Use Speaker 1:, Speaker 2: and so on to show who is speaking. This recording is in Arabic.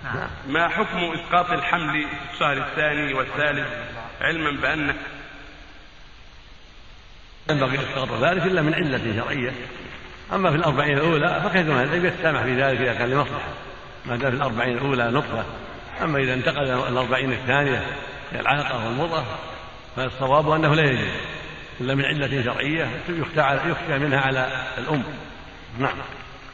Speaker 1: ما حكم إسقاط الحمل في الشهر الثاني والثالث علما بأن
Speaker 2: ينبغي إسقاط ذلك إلا من علة شرعية. أما في 40 الأولى فكثير من العلم يتسامح في ذلك إذا كان لمصلحة، ما دام في 40 الأولى نطفة. أما إذا انتقل إلى 40 الثانية العلقة والمضغة فالصواب أنه لا يجوز إلا من علة شرعية يخشى منها على الأم. نعم.